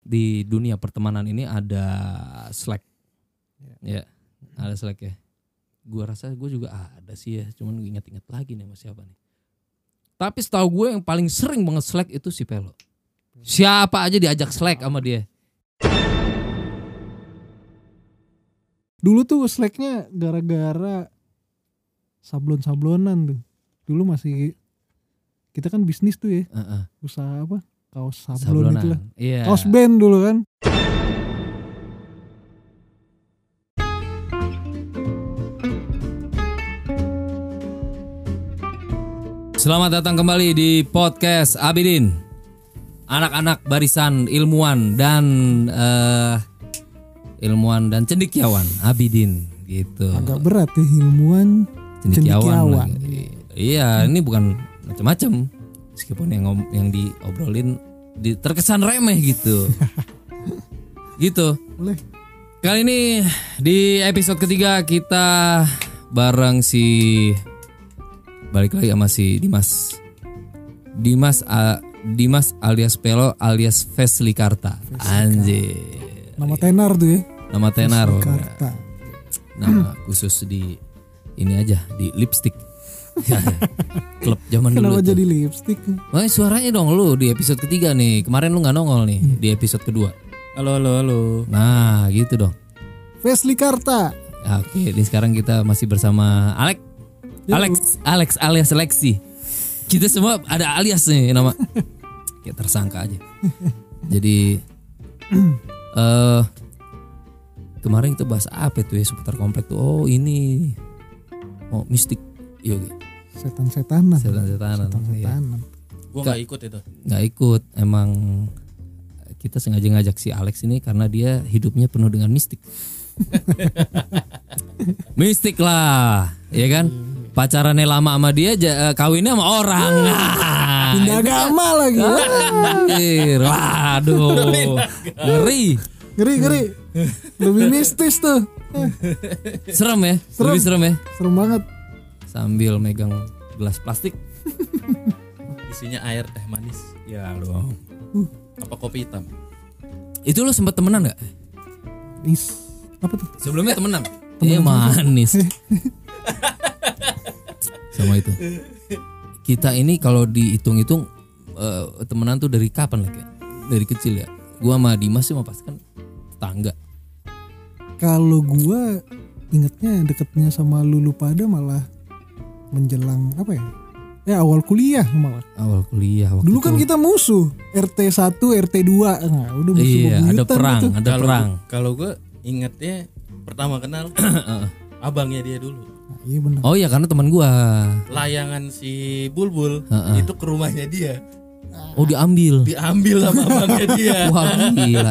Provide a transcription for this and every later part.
di dunia pertemanan ini ada Slack. Ya, ada Slack ya. Gua rasa gue juga ada sih ya, cuman ingat-ingat lagi nih sama siapa nih. Tapi setahu gue yang paling sering banget Slack itu si Pelo. Siapa aja diajak Slack sama dia. Dulu tuh Slack-nya gara-gara sablon-sablonan tuh. Dulu masih kita kan bisnis tuh ya. Usaha apa? Kaos sablon itu lah. Iya. Kaos band dulu kan. Selamat datang kembali di podcast Abidin. Anak-anak barisan ilmuwan dan cendekiawan Abidin gitu. Agak berat ya, ilmuwan cendekiawan. Iya, ini bukan macam-macam. Meskipun yang diobrolin terkesan remeh gitu. Gitu. Boleh. Kali ini di episode ketiga kita bareng balik lagi sama si Dimas alias Pelo alias Veslikarta. Anjir. Nama tenar tuh ya. Nama tenar. Veslikarta. Nama khusus di ini aja, di lipstick. Klub zaman dulu. Kenapa jadi lipstick? Wah, suaranya dong lu di episode ketiga nih. Kemarin lu gak nongol nih di episode kedua. Halo. Nah gitu dong. Veslikarta. Oke, ini sekarang kita masih bersama Alex alias Lexi. Kita semua ada alias nih nama. Kayak tersangka aja. Jadi kemarin kita bahas apa tuh ya seputar komplek tuh. Oh ini mistik. Iya. Setan-setanan. Iya. Gue gak ikut itu. Gak ikut. Emang kita sengaja ngajak si Alex ini karena dia hidupnya penuh dengan mistik. Mistik lah, ya kan? Pacarannya lama sama dia, kawinnya sama orang. Pindah agama lagi. Waduh, ngeri. Lebih mistis tuh. Serem ya, lebih serem ya. Serem banget. Sambil megang gelas plastik, Isinya air teh manis. ya dong. Apa kopi hitam? Itu lo sempet temenan nggak? Apa tuh? Sebelumnya temenan? Iya manis. Sama itu. Kita ini kalau dihitung-hitung temenan tuh dari kapan lagi? Dari kecil ya. Gua sama Dimas sih pasti kan tetangga. Kalau gua ingetnya deketnya sama Lulu pada malah menjelang apa ya? Ya awal kuliah malah. Awal kuliah waktu dulu itu. kan kita musuh RT 1, RT 2. Nah, udah musuh. Iya, ada perang, gitu. ada perang. Kalau gue ingetnya pertama kenal abangnya dia dulu. Nah, iya benar. Oh iya karena teman gua. Layangan si Bulbul itu ke rumahnya dia. Oh diambil Sama abangnya dia. Wah gila.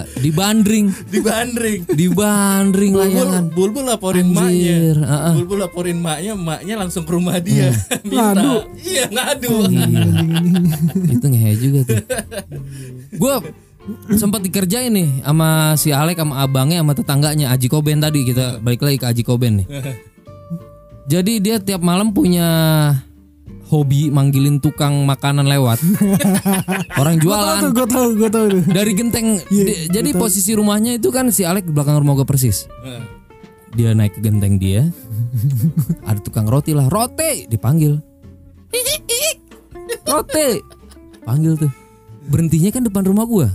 Dibandring layangan. Bulbul laporin Anjir, maknya. Bulbul laporin maknya langsung ke rumah dia. Minta. Ngadu. Iya ngadu. Itu ngehe juga tuh. Gua sempat dikerjain nih sama si Alek sama abangnya sama tetangganya Aji Koben tadi. Kita balik lagi ke Aji Koben nih. Jadi dia tiap malam punya hobi manggilin tukang makanan lewat. Orang jualan. Gue tahu tuh. Dari genteng. Jadi posisi rumahnya itu kan si Alek di belakang rumah gue persis. Dia naik ke genteng dia. Ada tukang roti lah. Roti dipanggil. Roti. Panggil tuh. Berhentinya kan depan rumah gue.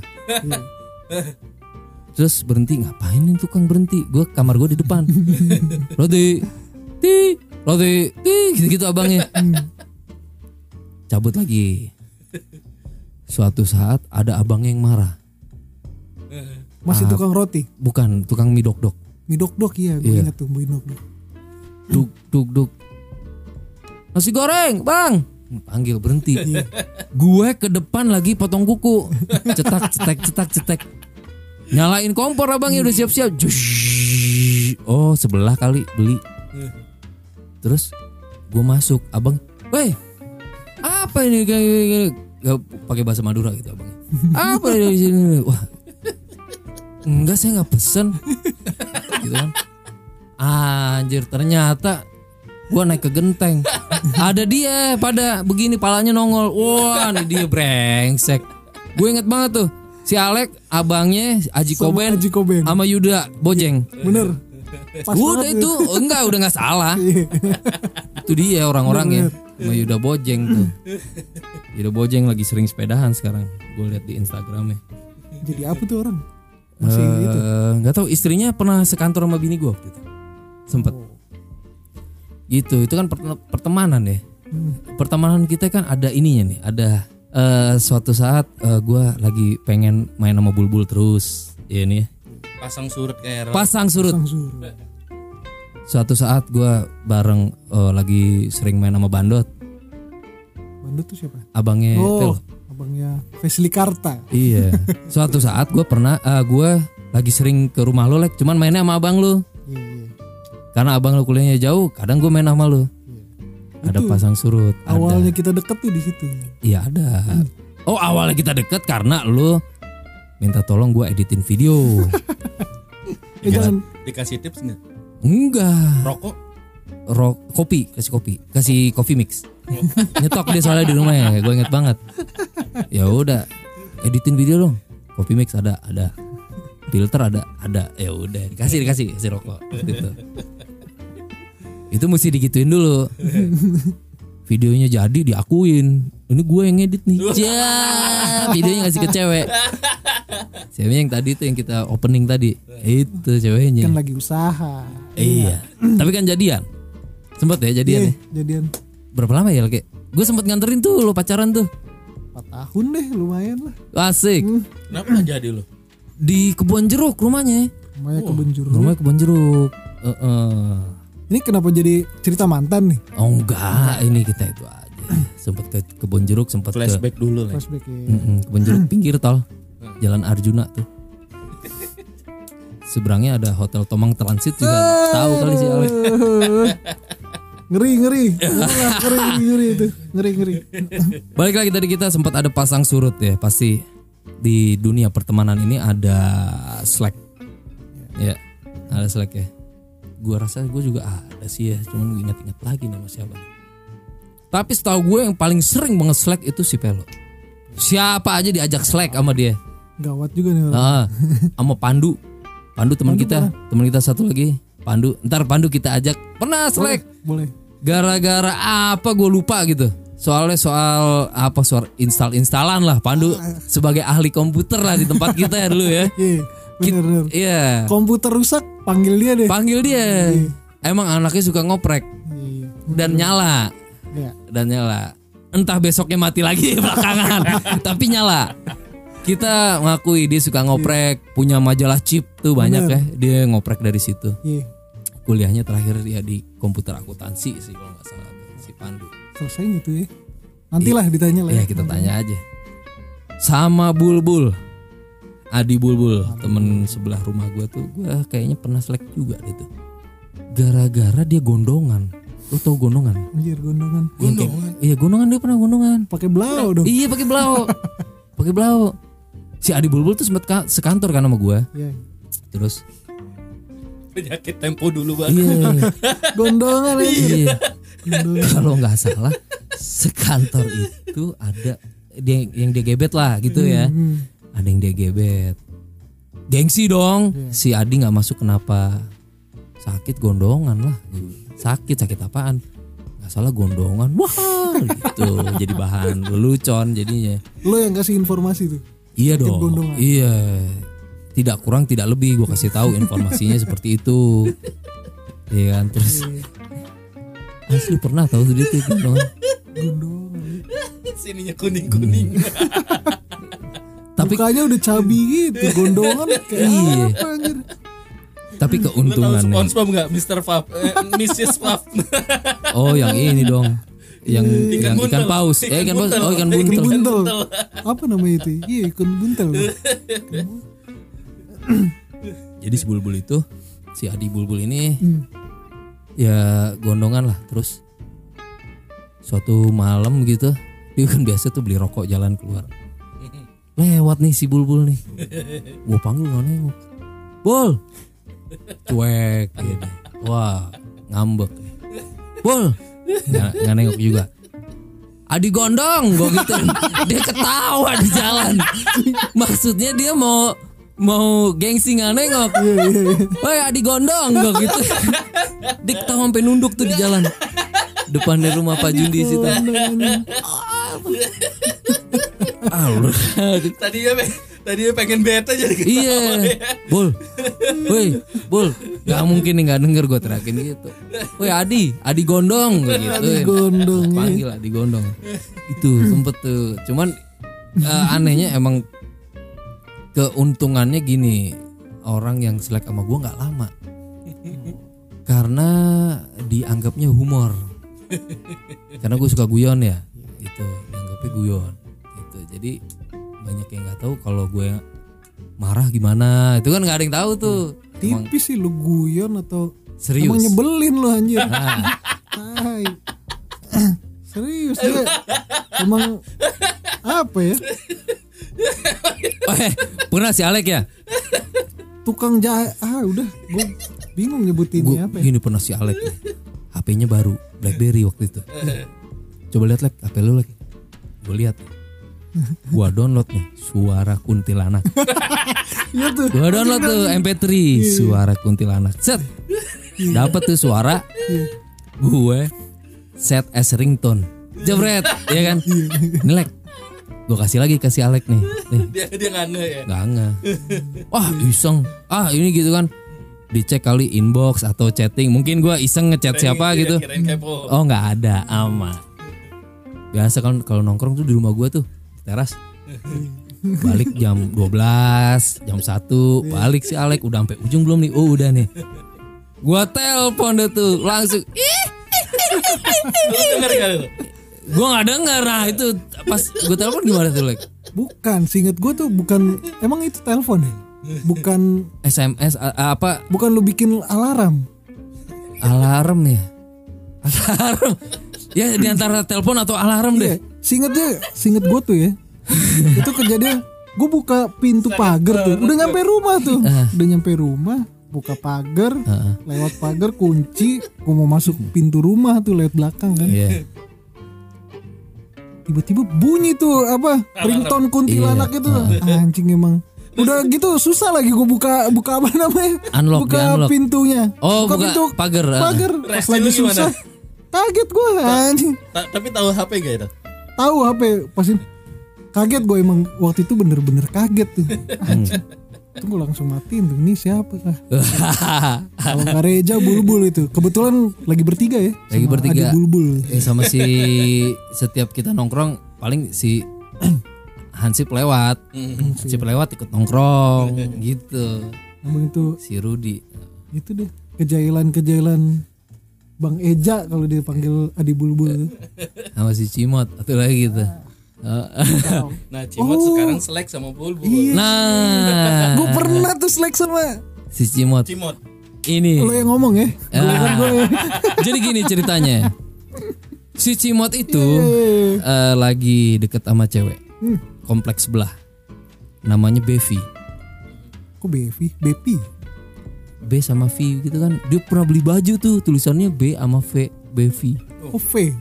Terus berhenti, ngapain nih tukang berhenti? Kamar gue di depan. Roti. Roti. Gitu-gitu abangnya. Cabut lagi. Suatu saat ada abang yang marah. Masih tukang roti? Bukan, tukang mie dok-dok. Mie dok-dok iya, gue ingat tuh mie dok-dok. Duk. Nasi goreng, bang. Panggil berhenti. Gue ke depan lagi potong kuku. Cetak. Nyalain kompor abangnya udah siap-siap. Oh sebelah kali beli. Terus gue masuk, abang, weh. Apa ini kayak gak pakai bahasa Madura gitu abangnya. Apa ini di sini? Wah. Enggak, saya enggak pesen. Gitu kan. Anjir, ternyata gua naik ke genteng. Ada dia pada begini palanya nongol. Wah, ini dia brengsek. Gue inget banget tuh. Si Alek abangnya Aji Sama Koben Aji Koben. sama Yuda Bojeng. Bener. Pas Udah banget itu udah nggak salah. Itu dia orang-orangnya sama Yuda Bojeng tuh. Yuda Bojeng lagi sering sepedahan sekarang. Gue lihat di Instagramnya. Jadi apa tuh orang? Masih itu. Nggak tahu istrinya pernah sekantor sama bini gue waktu itu. Sempet. Gitu. Itu kan pertemanan ya. Pertemanan kita kan ada ininya nih. Ada suatu saat gue lagi pengen main sama bulbul terus. Ya nih. Pasang surut kayak Pasang surut. Suatu saat gue bareng lagi sering main sama Bandot. Bandot tuh siapa? Abangnya Tel. Abangnya Vesli Karta. Iya. Suatu saat gue lagi sering ke rumah lo Lek, cuman mainnya sama abang lo. Iya. Karena abang lo kuliahnya jauh, kadang gue main sama lo. Ada Itu pasang surut. Awalnya kita deket tuh di situ. Iya ada. Oh awalnya kita deket karena lo minta tolong gue editin video. Jangan dikasih tips nggak? Enggak. Rokok? Kasih kopi mix. Nyetok dia soalnya di rumah ya, gue inget banget. Ya udah, editin video dong. Kopi mix ada. Filter ada. Ya udah, dikasih rokok gitu. Itu mesti digituin dulu. Videonya jadi diakuin. Ini gue yang ngedit nih. Videonya ngasih ke cewek. Ceweknya yang tadi tuh yang kita opening tadi. Itu ceweknya. kan lagi usaha. Iya. Tapi kan jadian. Sempet ya jadian ya? Jadian Berapa lama ya Lek? Gue sempet nganterin tuh lo pacaran tuh. 4 tahun deh, lumayan lah. Asik. Kenapa nggak jadi lo? Di Kebun Jeruk rumahnya. Rumahnya Kebun Jeruk. Rumahnya Kebun Jeruk. Ini kenapa jadi cerita mantan nih? Oh enggak, ini kita itu aja. Sempet ke Kebun Jeruk, sempet Flashback dulu lah. Flashback ya. Kebun Jeruk pinggir tol. Jalan Arjuna tuh. Seberangnya ada Hotel Tomang Transit juga. Tahu kali sih Alek. Ngeri itu. Ngeri. Balik lagi tadi kita sempat ada pasang surut ya. Pasti di dunia pertemanan ini ada slack. Ya, ada slack ya. Gua rasa gue juga ada sih ya. Cuman gue ingat-ingat lagi nih sama siapa. Tapi setahu gue yang paling sering banget slack itu si Pelo. Siapa aja diajak slack sama dia. Gawat juga nih orang. Sama Pandu teman kita satu lagi. Ntar Pandu kita ajak. Pernah slack. Boleh. Gara-gara apa gue lupa gitu. Soal install-instalan lah. Pandu sebagai ahli komputer lah di tempat kita ya dulu ya. Iya, bener. Iya. Komputer rusak, panggil dia deh. Panggil dia. Emang anaknya suka ngoprek Iya. dan nyala. Iya. Dan nyala. Entah besoknya mati lagi belakangan, tapi nyala. Kita ngakui dia suka ngoprek, punya majalah chip tuh banyak ya. Dia ngoprek dari situ. Iya. Kuliahnya terakhir ya di komputer akuntansi sih kalau nggak salah si Pandu. Selesai gitu ya. Nantilah ditanya lah Ya kita tanya aja. Sama Bulbul, Adi Bulbul, temen sebelah rumah gue tuh, gue kayaknya pernah selek juga deh tuh. Gara-gara dia gondongan. Lo tau gondongan? Anjir, gondongan. Iya gondongan, dia pernah gondongan. Pakai blau dong. Iya pakai blau. Pakai blau. Si Adi Bulbul tuh sempet sekantor kan sama gue. Iya. Terus Penyakit tempo dulu Bang. iya. Gondongan aja. Iya. Kalau nggak salah sekantor itu ada yang dia gebet lah gitu ya. Ada yang dia gebet. Gengsi dong. Si Adi nggak masuk kenapa? Sakit gondongan lah. Sakit apaan? Nggak salah gondongan. Wah gitu. Jadi bahan lelucon jadinya. Lo yang kasih informasi tuh. Iya Sakit dong. gondongan. Iya. Tidak kurang tidak lebih gue kasih tahu informasinya seperti itu. Iya kan terus. Asli pernah tahu dia tuh gondongan. Sininya kuning. Tapi mukanya udah cabi gitu, gondongan kayak Iya. apa anjir. Tapi Lu tahu keuntungannya. SpongeBob nggak? Mr. Puff, Mrs. Puff. Oh yang ini dong. Yang Ikan ikan buntel. paus. Ikan paus. Oh ikan Ikan buntel. buntel. Apa namanya itu? Iya, ikan buntel. Jadi si Bulbul itu, si Adi Bulbul ini ya gondongan lah. Terus suatu malam gitu, dia kan biasa tuh beli rokok jalan keluar. Lewat nih si Bulbul nih. Gua panggil nggak nengok. Bul. Cuek gitu. Wah, ngambek. Bul. Nggak nengok juga. Adi gondong, gue gitu. Dia ketawa di jalan. Maksudnya dia mau gengsi nggak nengok. Woi Adi gondong, gue gitu. Dia ketawa sampai nunduk tuh di jalan. Depan dari rumah Pak Jundi situ. Tadinya pengen beta jadi ketawa. Iya, Bol, woi, Bol, nggak mungkin nih nggak denger gue teriakin gitu. Woi Adi gondong, gue gitu. Adi gondong, panggil Adi gondong. Itu sempet tuh. Cuman anehnya emang keuntungannya gini, orang yang selek sama gue nggak lama, karena dianggapnya humor. Karena gue suka guyon ya, itu dianggapnya guyon. Gitu. Jadi banyak yang nggak tahu kalau gue marah gimana, itu kan nggak ada yang tahu tuh. Tipis sih lu guyon atau serius? Emang nyebelin lu anjir. Nah. Hai. Serius dia. Emang apa ya? Pernah si Alek ya? Tukang jahit. Udah gue bingung nyebutinnya apa ya? Gini pernah si Alek ya. HP-nya baru BlackBerry waktu itu. Coba lihat Lek, HP lu Lek. Gue lihat. Gua download nih suara kuntilanak. Iya tuh. Gua download tuh MP3 suara kuntilanak. Set. Dapat tuh suara. Gue set as ringtone. Jebret, ya kan? Ini Lek. Gue kasih lagi ke si Alek nih. Dia nggak nge ya. Nggak nge. Wah iseng. Ini gitu kan. Dicek kali inbox atau chatting. Mungkin gue iseng ngechat siapa gitu. Oh nggak ada, aman. Biasa kan kalau nongkrong tuh di rumah gue tuh teras. Balik jam 12, jam 1 balik si Alek. Udah sampai ujung belum nih? Oh udah nih. Gue telepon deh tuh langsung. Denger gak lu? Gue nggak denger. Nah itu pas gue telepon gimana tuh Lek? Bukan, seinget gue tuh bukan. Emang itu telepon ya? Bukan SMS apa? Bukan lu bikin alarm. Alarm ya? Alarm. Ya di antara telepon atau alarm deh. Seinget gue tuh ya. Itu kejadian. Gue buka pintu pagar tuh. Udah nyampe rumah tuh. Udah nyampe rumah, buka pagar, lewat pagar kunci. Gue mau masuk pintu rumah tuh lewat belakang kan. Iya. Tiba-tiba bunyi tuh apa? Ringtone kuntilanak itu. Anjing emang. Udah gitu susah lagi gue buka apa namanya? Unlock, buka pintunya. Oh, buka pintu pagar. Pagar. Pas lagi susah. Kaget gue anjing. Tapi tahu HP gak itu? Tahu HP pasti kaget gue emang waktu itu bener-bener kaget tuh. Anjing. Itu gue langsung matiin tuh. Ini siapa kah? Kalau Kak Reja Bulbul itu. Kebetulan lagi bertiga ya. Lagi bertiga. Adi Bulbul. Sama si setiap kita nongkrong paling si Hansip lewat. Hansip lewat ikut nongkrong gitu. Emang itu si Rudi. Itu deh kejailan Bang Eja kalau dia panggil Adi Bulbul. Sama si Cimot atau lagi gitu. Nah Cimot sekarang selek sama Bulbul. Iya. Nah, gue pernah tuh selek sama si Cimot. Ini lo yang ngomong ya. Jadi gini ceritanya. Si Cimot itu lagi deket sama cewek. Kompleks sebelah. Namanya Bevi. Kok Bevi? B sama V gitu kan. Dia pernah beli baju tuh tulisannya B sama V. Bevi. Oh V.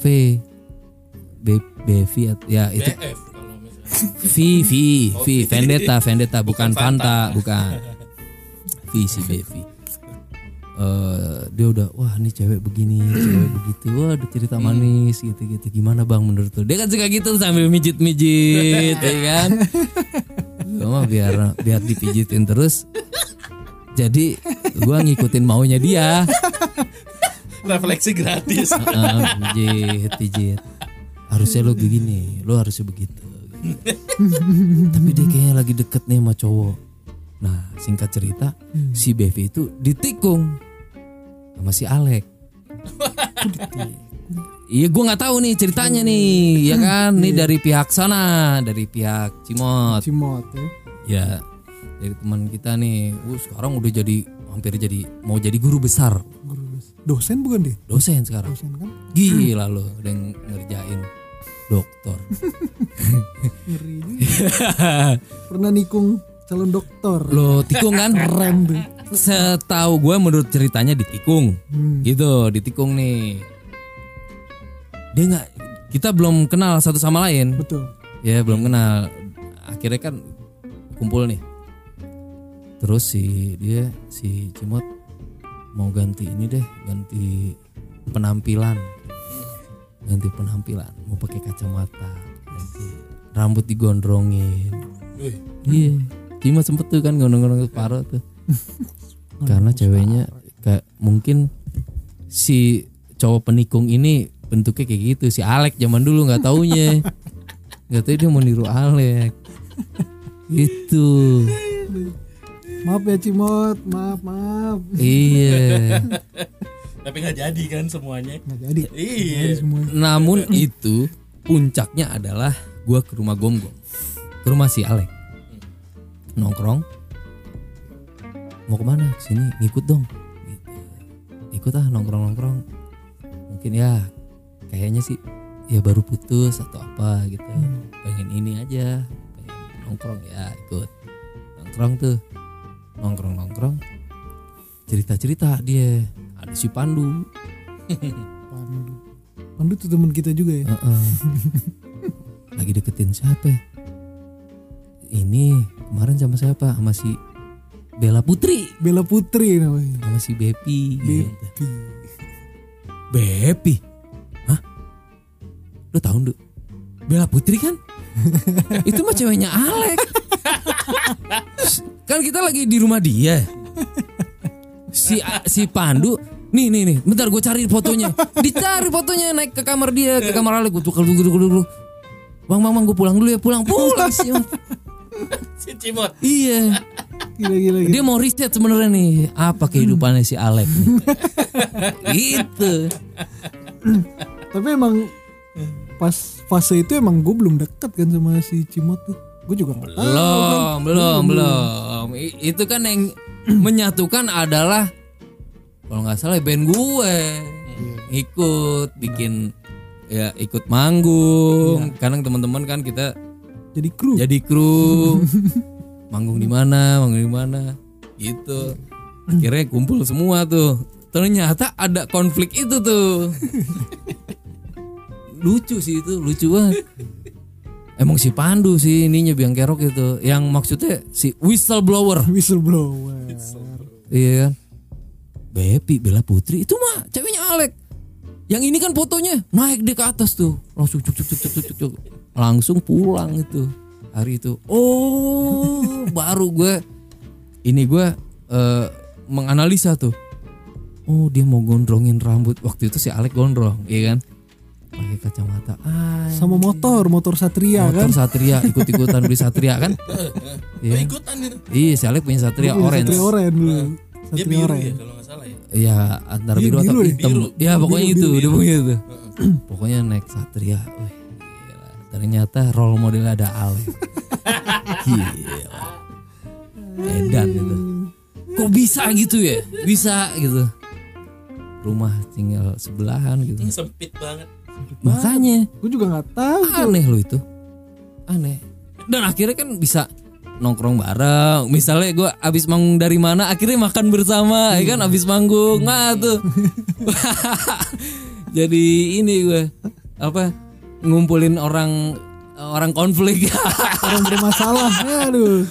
Bevi ya itu. BF kalau misalnya. V Vendetta bukan Fanta, bukan. V si Bevi. Dia udah wah nih cewek begini, cewek begitu. Wah ada cerita manis gitu-gitu. Gimana Bang menurut lu? Dia kan suka gitu sambil mijit-mijit ya kan. Gue mah biar dipijitin terus. Jadi gue ngikutin maunya dia. Refleksi gratis. Pijit. Harusnya lo begini, lo harusnya begitu. Tapi dia kayaknya lagi deket nih sama cowok. Nah singkat cerita si Bevi itu ditikung sama si Alek. Iya gue nggak tahu nih ceritanya nih, ya kan? Nih dari pihak sana, dari pihak Cimot ya, dari teman kita nih. Sekarang udah hampir mau jadi guru besar. Dosen bukan dia? Dosen sekarang. Dosen kan? Gila loh, udah ngerjain dokter. Ngeri juga. Pernah nikung calon dokter. Lo tikung kan? Keren tuh. Setahu gue menurut ceritanya ditikung. Gitu, ditikung nih. Dia nggak, kita belum kenal satu sama lain. Betul. Ya belum kenal. Akhirnya kan kumpul nih. Terus si Cimot mau ganti ini deh, ganti penampilan. Mau pakai kacamata, ganti rambut digondrongin. Iya, Cimot sempet tuh kan gondrong-gondrong separuh tuh. Karena ceweknya kayak mungkin si cowok penikung ini bentuknya kayak gitu. Si Alek zaman dulu nggak taunya. Nggak tahu dia mau niru Alek. Gitu. Maaf ya Cimot, maaf. Iya. Tapi nggak jadi kan semuanya. Nggak jadi. Iya. Namun itu puncaknya adalah gua ke rumah Gomgom, ke rumah si Alek, nongkrong. Mau kemana? Kesini, ngikut dong. Gitu. Ikut nongkrong. Mungkin ya kayaknya sih ya baru putus atau apa gitu. Pengen ini aja, pengen nongkrong ya ikut. Nongkrong. Cerita dia. Ada si Pandu. Pandu tuh teman kita juga ya. Lagi deketin siapa? Ini kemarin sama siapa? Sama si Bella Putri namanya. sama si Bepi. Gitu. Bepi? Hah? Lu tahu Ndu? Bella Putri kan? Itu mah ceweknya Alek. Kan kita lagi di rumah dia. Si Pandu nih, bentar gue cari fotonya. Dicari fotonya, naik ke kamar dia, ke kamar Alek. Gue tukar dulu. Bang, gue pulang dulu ya. Pulang sih. Si Cimot. Iya. Gila. Dia mau riset sebenarnya nih apa kehidupannya si Alek nih. Gitu. Tapi emang pas fase itu emang gue belum dekat kan sama si Cimot tuh. Gue juga nggak tahu. Belum. Itu kan yang menyatukan adalah kalau nggak salah band gue ikut bikin ya ikut manggung. Kadang teman-teman kan kita jadi kru. manggung di mana gitu. Akhirnya kumpul semua tuh. Ternyata ada konflik itu tuh. Lucu banget. Emang si Pandu sih ininya biang kerok itu. Yang maksudnya si whistleblower. Iya kan. Bepi Bella Putri itu mah ceweknya Alek. Yang ini kan fotonya naik deh ke atas tuh. Langsung cuk. Langsung pulang itu. Hari itu. Oh, baru gue menganalisa tuh. Oh, dia mau gondrongin rambut. Waktu itu si Alek gondrong, iya kan? Pakai kacamata. Sama motor Satria kan? Motor Satria, ikut-ikutan beli Satria kan? Iya. Ikutan gitu. Iya, si Alek punya Satria orange. Satria orange dulu. Dia biru ya kalau nggak salah ya. Iya, antara biru atau hitam. Ya pokoknya itu, dia punya itu. Pokoknya naik Satria. Wih, gila. Ternyata role model ada Alek. Gila. Edan itu. Kok bisa gitu ya? Bisa gitu. Rumah tinggal sebelahan gitu. Sempit banget. Makanya gue juga nggak tahu. Aneh lo itu. Aneh. Dan akhirnya kan bisa nongkrong bareng. Misalnya gue abis manggung dari mana, akhirnya makan bersama, ya kan abis manggung. Nah tuh. Jadi ini gue ngumpulin orang konflik. Orang bermasalah. Aduh.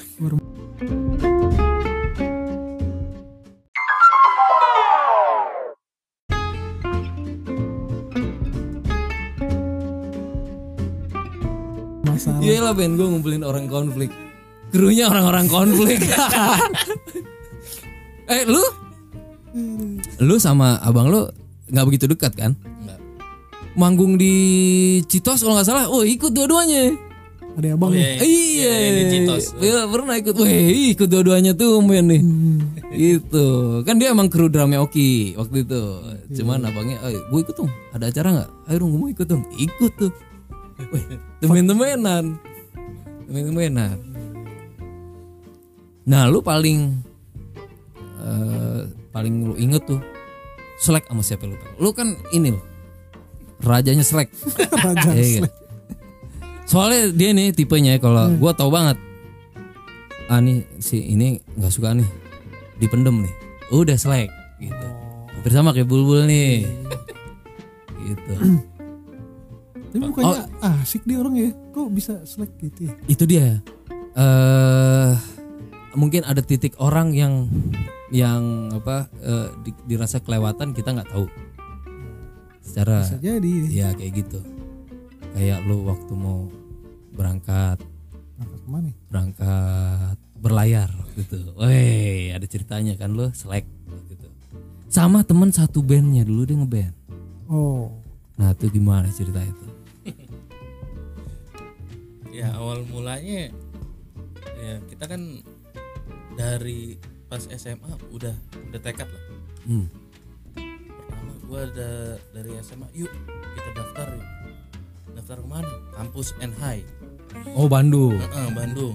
Iya lah Ben, gue ngumpulin orang konflik. Krunya orang-orang konflik. Lu sama abang lu nggak begitu dekat kan? Enggak. Manggung di Citos kalau nggak salah. Oh ikut dua-duanya. Ada abang ya? Iya. Di Citos. Ya, pernah ikut. Wih, ikut dua-duanya tuh Ben nih. Itu kan dia emang kru drumnya Oki waktu itu. Cuman abangnya, gue ikut dong. Ada acara nggak? Ayo dong, gue mau ikut dong. Ikut tuh. Wih, temen-temenan. Nah, lu paling lu inget tuh Slack sama siapa lu? Lu kan ini loh, rajanya Slack. Raja Slack. Soalnya dia nih tipenya kalau gua tahu banget. Nih si ini nggak suka nih, dipendem nih. Udah Slack gitu. Hampir sama kayak Bulbul nih. Gitu. Tapi bukannya asik dia orang ya? Kok bisa selek gitu ya? Itu dia. Mungkin ada titik orang yang dirasa kelewatan, kita nggak tahu. Secara Bisa jadi. ya kayak gitu. Kayak lu waktu mau berangkat Kemana? berangkat berlayar gitu. Weh, ada ceritanya kan lu selek gitu. Sama temen satu bandnya dulu, dia ngeband. Oh. Nah itu gimana cerita itu? Ya awal mulanya ya kita kan dari pas SMA udah tekad lah. Pertama gue dari SMA, yuk kita daftar yuk. Daftar kemana? Kampus NHI. Oh Bandung. Bandung.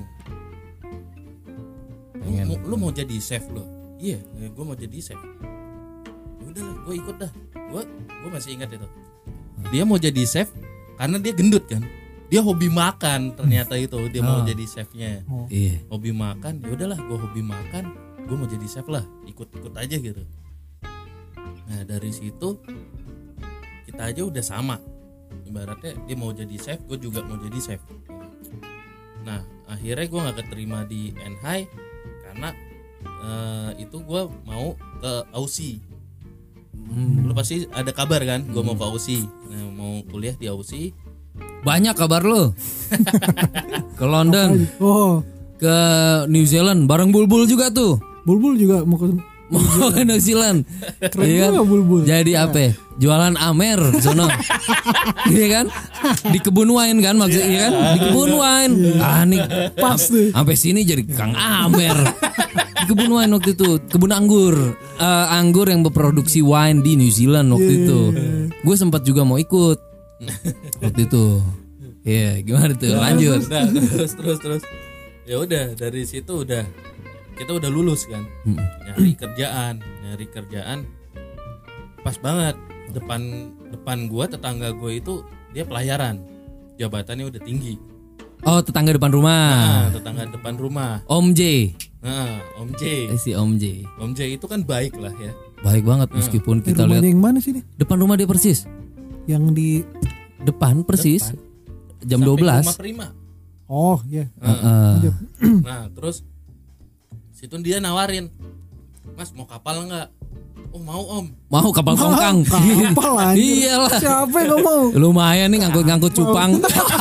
Pengen. Lu mau jadi chef lo? Iya, gue mau jadi chef. Ya udah lah, gue ikut dah. Gue masih ingat itu. Dia mau jadi chef karena dia gendut kan. Dia hobi makan ternyata itu. Dia mau jadi chefnya. Iya. Hobi makan. Ya udahlah, gue hobi makan. Gue mau jadi chef lah. Ikut aja gitu. Nah dari situ kita aja udah sama. Ibaratnya dia mau jadi chef, gue juga mau jadi chef. Nah akhirnya gue nggak keterima di NHI karena itu gue mau ke AUSI. Lu pasti ada kabar kan? Gue mau ke AUSI. Nah, mau kuliah di AUSI. Banyak kabar lu. Ke London, Oh, ke New Zealand, bareng Bulbul juga tuh. Bulbul juga mau ke Mau ke New Zealand. Keren Iya kan? juga Bulbul. Jadi apa? Jualan Amer sono. Iya kan? Di kebun wine kan maksudnya, iya kan? Di kebun wine. Nih Pas tuh. sampai sini jadi Kang Amer. Di kebun wine waktu itu, kebun anggur. Anggur yang berproduksi wine di New Zealand waktu itu. Gue sempat juga mau ikut waktu itu. Iya, gimana tuh? Lanjut. Nah, terus. Ya udah dari situ kita udah lulus kan. Nyari kerjaan. Pas banget depan gua, tetangga gua itu dia pelayaran. Jabatannya udah tinggi. Oh, tetangga depan rumah. Nah, tetangga depan rumah. Om J. Nah, Om J. Si Om J. Om J itu kan baik lah ya. Baik banget meskipun kita Rumahnya lihat yang mana sih nih? depan rumah dia persis. Yang di Depan persis. Jam Samping 12. Rumah Prima. Oh iya. Nah, terus situ dia nawarin, "Mas mau kapal nggak?" "Oh mau Om." Mau kapal tongkang. Kapal aja. Iyalah. Siapa yang nggak mau? Lumayan nih ngangkut-ngangkut cupang.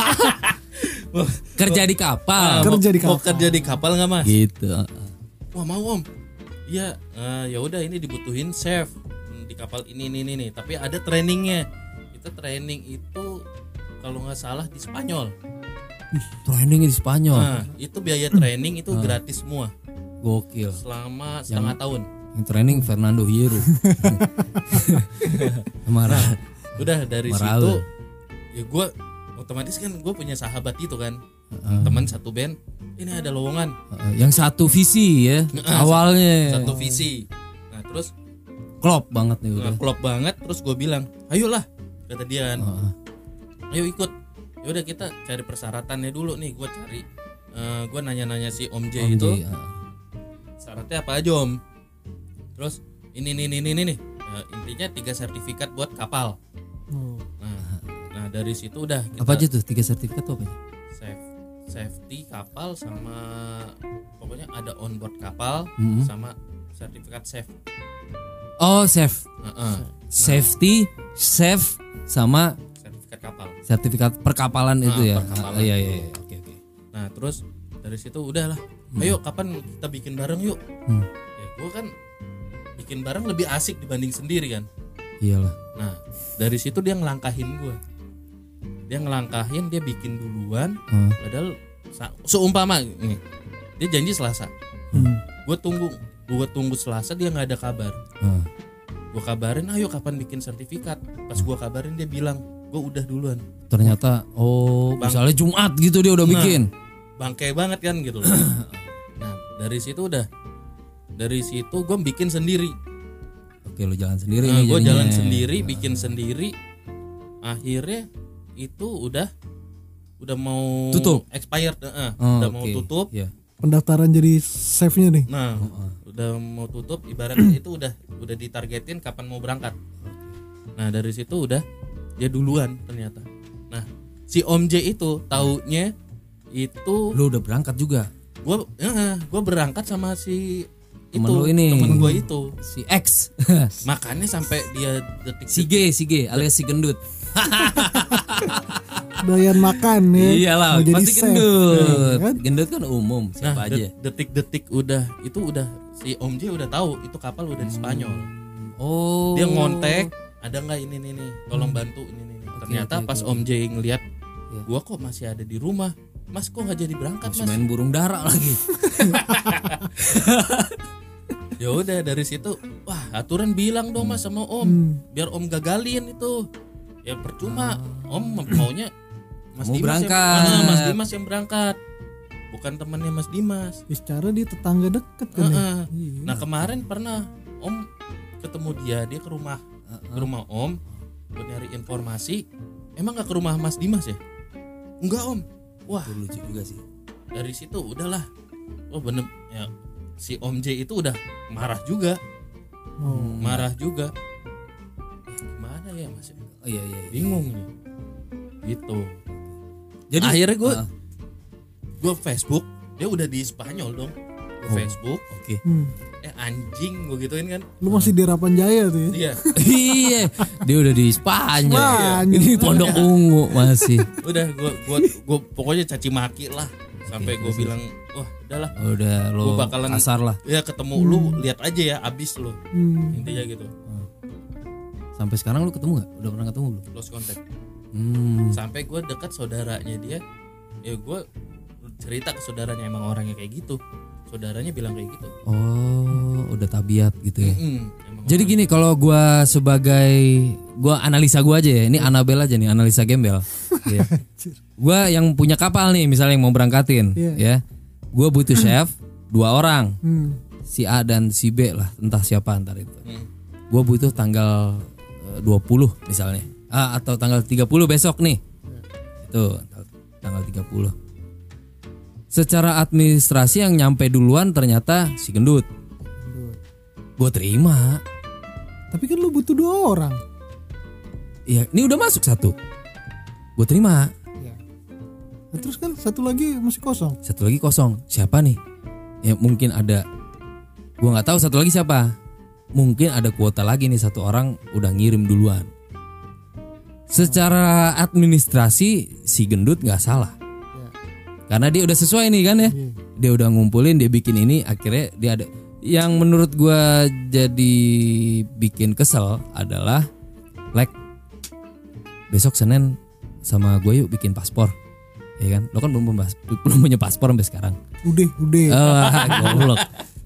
Kerja di kapal. Kerja di Mau kapal. kerja di kapal nggak Mas? Gitu. Wah mau Om. Iya, ya udah ini dibutuhin chef di kapal ini nih. Tapi ada trainingnya. Kita training itu kalau nggak salah di Spanyol. Training di Spanyol. Nah, itu biaya training itu gratis semua Gokil. selama setengah tahun. Yang training Fernando Hierro. Marah. Udah dari Marah situ lu. ya gue otomatis kan gue punya sahabat itu kan, teman satu band. Ini ada lowongan. Yang satu visi ya. Awalnya. Satu visi. Nah terus Klop banget nih udah. klop banget. Terus gue bilang, ayolah, kata dia kan. Ayo ikut. Ya udah kita cari persyaratannya dulu nih. Gue cari, gue nanya-nanya si Om J itu. Syaratnya apa aja Om? Terus ini nih. Intinya 3 sertifikat buat kapal. Oh. Nah dari situ udah kita Apa aja tuh 3 sertifikat tuh apa? safety kapal, sama pokoknya ada on board kapal, sama sertifikat safe. Oh, safe. Heeh. Safety, safe sama Sertifikat kapal. sertifikat perkapalan itu ya. Perkapalan. Iya. Oke. Nah terus dari situ udahlah, ayo kapan kita bikin bareng yuk. Ya gue kan bikin bareng lebih asik dibanding sendiri kan. Iyalah. Nah dari situ dia ngelangkahin gue. Dia bikin duluan. Padahal seumpama nih, dia janji Selasa. Gue tunggu Selasa, dia nggak ada kabar. Gue kabarin, ayo kapan bikin sertifikat. Pas gue kabarin dia bilang, gue udah duluan. Ternyata misalnya Jumat gitu dia udah bikin. Bangke banget kan gitu loh. Nah dari situ gue bikin sendiri. Oke, lu jalan sendiri Nah, nih gue jadinya. jalan sendiri, bikin sendiri. Akhirnya itu udah mau Tutup. expired, udah mau Oke. tutup. Iya. Pendaftaran jadi chefnya nih. Nah, udah mau tutup, ibaratnya itu udah ditargetin kapan mau berangkat. Nah, dari situ udah dia duluan ternyata. Nah si Om J itu taunya itu Lu udah berangkat juga. gue berangkat sama si Temen itu lu ini. temen gue itu, Si X. makanya sampai dia detik Si G alias si gendut. Doyan makan ya. Iyalah, Mau jadi pasti chef. gendut. Kan? Gendut kan umum, nah siapa aja. detik-detik udah si Om J udah tahu itu kapal udah di Spanyol. Oh. Dia ngontek, ada nggak ini nih, tolong bantu ini. Ternyata oke, pas oke. Om J ngeliat Iya. gua kok masih ada di rumah, Mas kok nggak jadi berangkat Masih Mas? main burung dara lagi. Ya udah dari situ, wah aturan bilang dong Mas sama Om, biar Om gagalin itu. Ya percuma, Om maunya Mas Mau Dimas berangkat. Mas Dimas yang berangkat, bukan temannya Mas Dimas. Ya, secara dia tetangga deket kan. Ya? Iya. Nah kemarin pernah Om ketemu dia ke rumah Om buat nyari informasi. Emang nggak ke rumah Mas Dimas ya? Enggak Om. Wah Itu lucu juga sih. dari situ udahlah. Oh bener ya, si Om J itu udah marah juga. Oh. Marah juga. Gimana ya Mas? Oh iya. Bingung nih. Gitu. Jadi Akhirnya gue Facebook, dia udah di Spanyol dong. Gue Facebook, Oke. anjing gue gituin kan. Lu masih di Harapan Jaya tuh ya. Iya. Iya, dia udah di Spanyol. Spanyol. Ini Pondok Ungu masih. Udah gue pokoknya caci maki lah sampai gue bilang wah udahlah Udah lo Gua bakalan- kasar lah. ya ketemu lu lihat aja ya abis lu intinya gitu. Sampai sekarang lu ketemu nggak? Udah pernah ketemu belum? Lost contact Hmm. sampai gue dekat saudaranya dia, ya gue cerita ke saudaranya emang orangnya kayak gitu, saudaranya bilang kayak gitu. Oh, udah tabiat gitu ya. Emang Jadi gini, kalau gua analisa gua aja ya. Ini Anabel aja nih, analisa gembel. Iya. Gua yang punya kapal nih, misalnya yang mau berangkatin, Iya. ya. Gua butuh chef 2 orang. Hmm. Si A dan si B lah, entah siapa antar itu. Gua butuh tanggal 20 misalnya. Atau tanggal 30 besok nih. Itu tanggal 30. Secara administrasi yang nyampe duluan ternyata si gendut. Gue terima. Tapi kan lu butuh 2 orang. Iya, ini udah masuk 1. Gue terima. Nah, terus kan satu lagi masih kosong. 1 lagi kosong. Siapa nih? Ya mungkin ada. Gue nggak tahu 1 lagi siapa. Mungkin ada kuota lagi nih, 1 orang udah ngirim duluan. Secara administrasi si gendut nggak salah. Karena dia udah sesuai nih kan ya. Dia udah ngumpulin, dia bikin ini, akhirnya dia ada. Yang menurut gua jadi bikin kesel adalah Lek, besok Senin sama gue yuk bikin paspor. Ya kan? Lo kan belum punya paspor sampai sekarang. Udah. Goblok.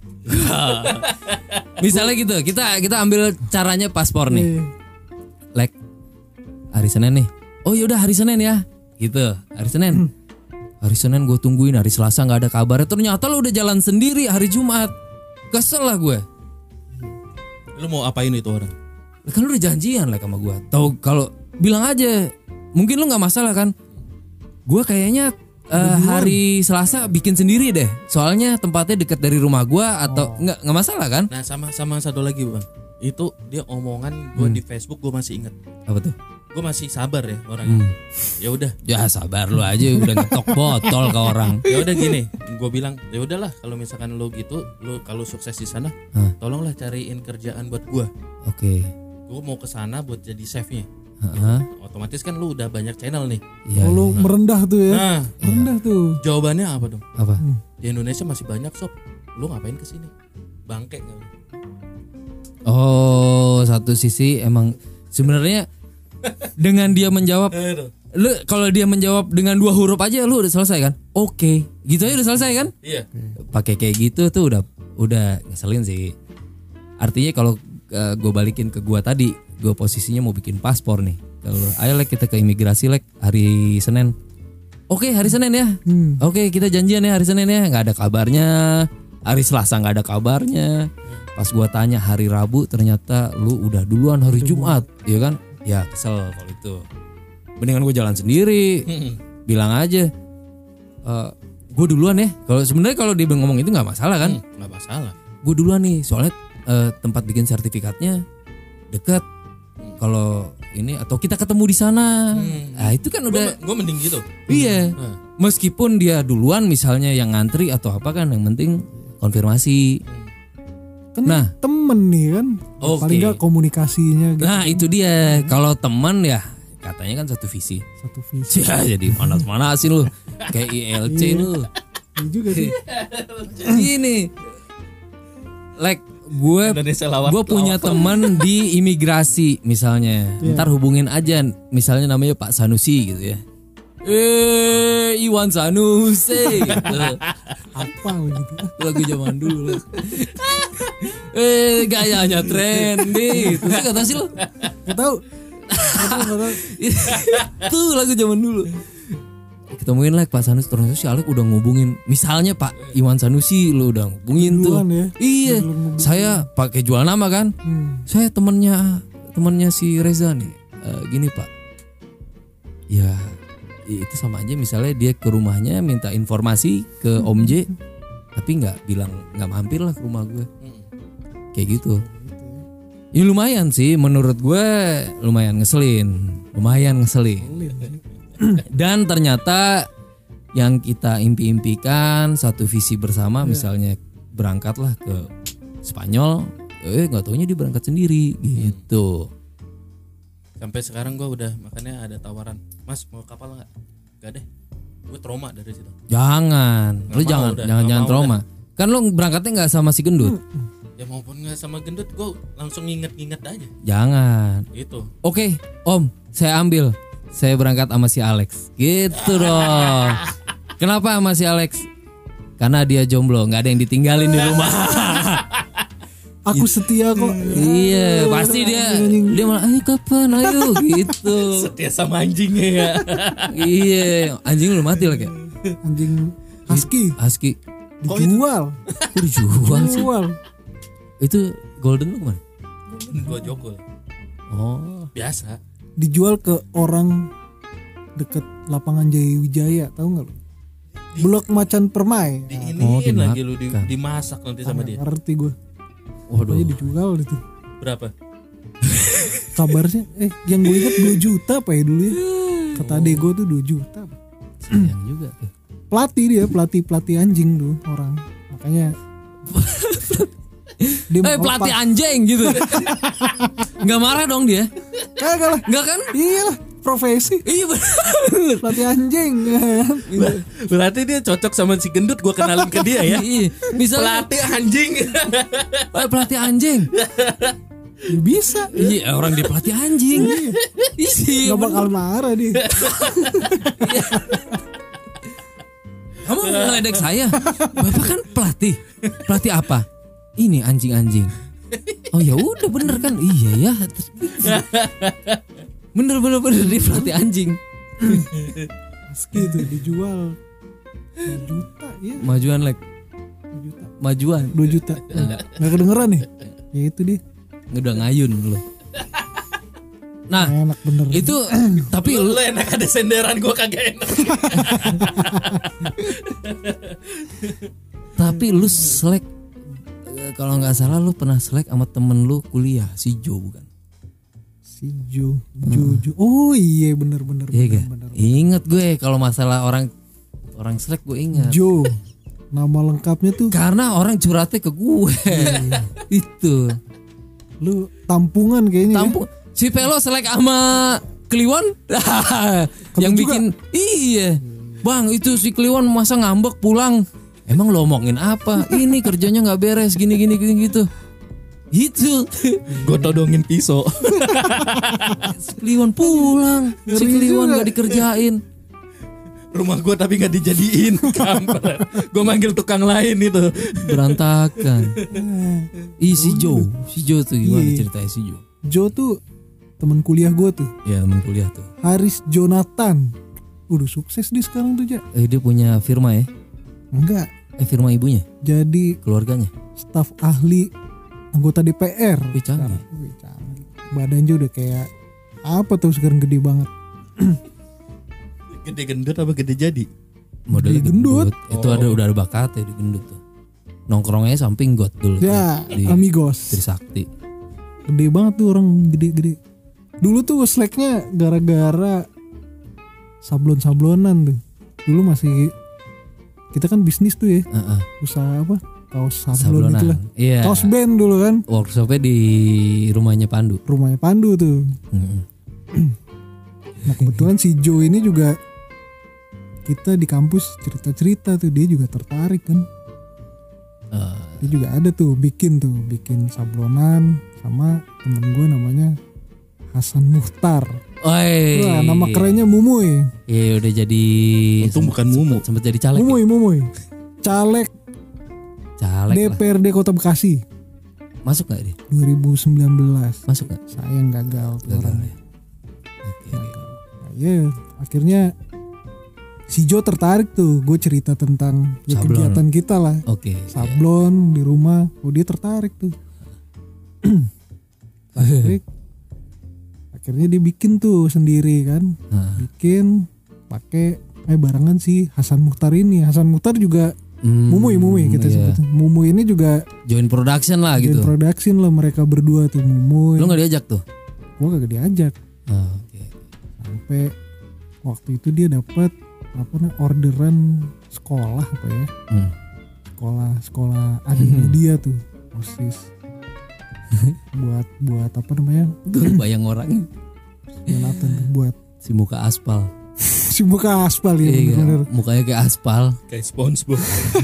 Misalnya gitu, kita ambil caranya paspor nih. Lek, hari Senin nih. Oh yaudah hari Senin ya. Gitu, hari Senin. Hari Senin gue tungguin, hari Selasa nggak ada kabarnya. Ternyata lo udah jalan sendiri hari Jumat. Kesel lah gue. lu mau apain itu orang? Kan lu udah janjian lah sama gue. Tahu kalau bilang aja. Mungkin lu nggak masalah kan. Gue kayaknya hari Selasa bikin sendiri deh. Soalnya tempatnya dekat dari rumah gue atau nggak masalah kan? Nah sama satu lagi bang, itu dia omongan gue di Facebook, gue masih inget. Apa tuh? Gue masih sabar ya orangnya. Ya udah. Ya sabar lu aja udah ngetok botol ke orang. Ya udah gini, gue bilang ya udahlah kalau misalkan lu gitu, lu kalau sukses di sana, tolonglah cariin kerjaan buat gue. Oke. Gue mau ke sana buat jadi chefnya. Heeh. Otomatis kan lu udah banyak channel nih. Iya. Lu merendah tuh ya. Nah, Merendah tuh. jawabannya apa dong? Apa? Di Indonesia masih banyak sob. Lu ngapain ke sini? Bangke nggak lu? Oh, satu sisi emang sebenarnya dengan dia menjawab, lu kalau dia menjawab dengan 2 huruf aja lu udah selesai kan? Oke, gitu aja udah selesai kan? Iya. Pakai kayak gitu tuh udah ngeselin sih. Artinya kalau gue balikin ke gua tadi, gue posisinya mau bikin paspor nih. Kalau ayo Lek kita ke imigrasi Lek hari Senin. Oke, hari Senin ya. Oke, kita janjian ya hari Senin ya. Nggak ada kabarnya. Hari Selasa nggak ada kabarnya. Pas gua tanya hari Rabu ternyata lu udah duluan hari Jumat, ya kan? Ya kesel kalau itu. Mendingan gue jalan sendiri. Bilang aja, gue duluan ya. Kalau sebenarnya kalau dia ngomong itu nggak masalah kan? Nggak masalah. Gue duluan nih, soalnya tempat bikin sertifikatnya deket. Kalau ini atau kita ketemu di sana. Nah itu kan udah. Gue mending gitu. Iya. Meskipun dia duluan misalnya yang ngantri atau apa kan, yang penting konfirmasi. Kan temen nih kan. Oke. Paling nggak komunikasinya gitu. Nah itu dia. Kalau teman ya katanya kan satu visi. Satu visi. Ya jadi panas-panasin lu. Kayak ILC lu. Ini juga sih. Gini. Like gue punya teman di imigrasi misalnya. Ntar hubungin aja misalnya namanya Pak Sanusi gitu ya. Iwan Sanusi gitu. Apa begitu? Lagu zaman dulu lah. Gayanya trendy. Terus kata sih lo? Gak tahu. Tuh lagu zaman dulu. Ketemuin like Pak Sanusi, ternyata si Alek udah ngubungin. Misalnya Pak Iwan Sanusi lu udah ngubungin tuh. Ya? Iya. Saya pakai jual nama kan. Saya temannya si Reza nih. Gini Pak. Ya itu sama aja misalnya dia ke rumahnya minta informasi ke Om J, tapi nggak mampir lah ke rumah gue. Kayak gitu. Ya lumayan sih menurut gue, lumayan ngeselin. Dan ternyata yang kita impi-impikan satu visi bersama, misalnya berangkatlah ke Spanyol, nggak taunya dia berangkat sendiri gitu. Sampai sekarang gue udah makanya ada tawaran, Mas mau kapal nggak? Gak deh, gue trauma dari situ. Jangan, lu jangan trauma. Kan lu berangkatnya nggak sama si gendut. Ya maupun nggak sama gendut, gue langsung nginget aja. Jangan. Gitu. Oke, Om, saya ambil. Saya berangkat sama si Alex. Gitu dong. Kenapa sama si Alex? Karena dia jomblo, nggak ada yang ditinggalin di rumah. Aku setia kok. Iya, pasti dia malah kapan ayo gitu. Setia sama anjingnya ya. Iya, anjing lu mati lah kayak. Anjing husky. Kok Dijual. dijual sih? Itu golden lu kemana? Gua jokul. Oh, biasa. Dijual ke orang deket lapangan Jaya Wijaya, tahu nggak lu? Blok Macan Permai. Diiniin lagi lu dimasak nanti sama dia. Ngerti gue. Waduh. Dijual itu. Berapa? Kabarnya yang gue ingat 2 juta apa ya dulu ya. Kata adek gue tuh 2 juta. Sayang juga tuh. Pelatih anjing tuh orang. Makanya dia pelatih anjing gitu. Enggak marah dong dia? Kagak lah. Enggak kan? Iyalah, profesi. Iya benar. Pelatih anjing. Berarti dia cocok sama si gendut, gua kenalin ke dia ya. Iya. Misalnya pelatih anjing. Pelatih anjing. Ya bisa. Iya, orang dia pelatih anjing. Iya. Gak bakal marah dia. Kamu ngeledek saya. Bapak kan pelatih. Pelatih apa? Ini anjing-anjing. Oh ya udah bener kan? Iya ya. Bener dia pelatih anjing. Meski itu dijual 2 juta ya. Majuan like. 2 juta. Majuan 2 juta. Nggak kedengeran nih. Ya itu dia. Udah ngayun lu. Nah, enak bener. Itu tapi lu enak ada senderan, gua kagak enak. Tapi lu selek, kalau nggak salah lu pernah selek sama temen lu kuliah, si Jo bukan? Si Jo. Oh iya bener. Iya bener. Ingat gue kalau masalah orang selek gue ingat. Jo. Nama lengkapnya tuh. Karena orang curhatnya ke gue. Itu. Lu tampungan kayaknya. Tampung. Si Pelo selek sama Kliwon. Yang bikin iya. Bang, itu si Kliwon masa ngambek pulang. Emang lo omongin apa? Ini kerjanya nggak beres gini gitu. Gitu. Gue todongin pisau. Si Kliwon pulang. Si Kliwon nggak dikerjain. Rumah gue tapi nggak dijadiin. Kampret. Gue manggil tukang lain itu. Berantakan. Si Jo tuh gimana ceritanya si Jo? Jo tuh temen kuliah gue tuh. Ya temen kuliah tuh. Haris Jonathan. Udah sukses dia sekarang tuh Ja. Dia punya firma ya? Enggak. Firma ibunya? Jadi keluarganya? Staf ahli anggota DPR. Canggih. Badannya udah kayak apa tuh sekarang, gede banget. Gede gendut apa gede jadi? Model gendut. Itu udah ada bakatnya di gendut tuh. Nongkrongnya samping got dulu. Ya, di Amigos. Trisakti. Gede banget tuh orang, gede. Dulu tuh Slacknya gara-gara sablon-sablonan tuh. Dulu masih kita kan bisnis tuh ya. Usaha apa? Kaos sablon gitu lah. Iya. Kaos band dulu kan. Workshopnya di rumahnya Pandu. Rumahnya Pandu tuh. Nah kebetulan si Joe ini juga kita di kampus cerita-cerita tuh, dia juga tertarik kan. Dia juga ada tuh bikin sablonan sama temen gue namanya Hasan Muhtar. Oi. Wah, nama kerennya Mumuy. Iya udah jadi. Untung bukan Mumu. Sempet jadi caleg. Mumuy. Caleg Caleg lah. DPRD Kota Bekasi. Masuk gak dia? 2019. Masuk gak? Sayang gagal tuh Gagal orangnya. ya. Oke. Nah, ya, akhirnya si Jo tertarik tuh. Gue cerita tentang ya, Sablon. kegiatan kita lah. Oke. Sablon di rumah. Oh dia tertarik tuh. Tertarik. Akhirnya dia bikin tuh sendiri kan. Bikin pakai barengan si Hasan Muhtar ini. Hasan Muhtar juga Mumuy kita iya. sebut. Mumuy ini juga Join production lah join gitu. production lah mereka berdua tuh Mumuy. Lu gak diajak tuh? Gue kagak diajak. Oke. Sampai waktu itu dia dapat apa namanya orderan sekolah apa ya? Sekolah adiknya dia tuh OSIS. buat apa namanya? Gue bayang orangnya Jonathan tuh buat si muka aspal. si muka aspal ya Iya, bener. mukanya kayak aspal. Kayak SpongeBob.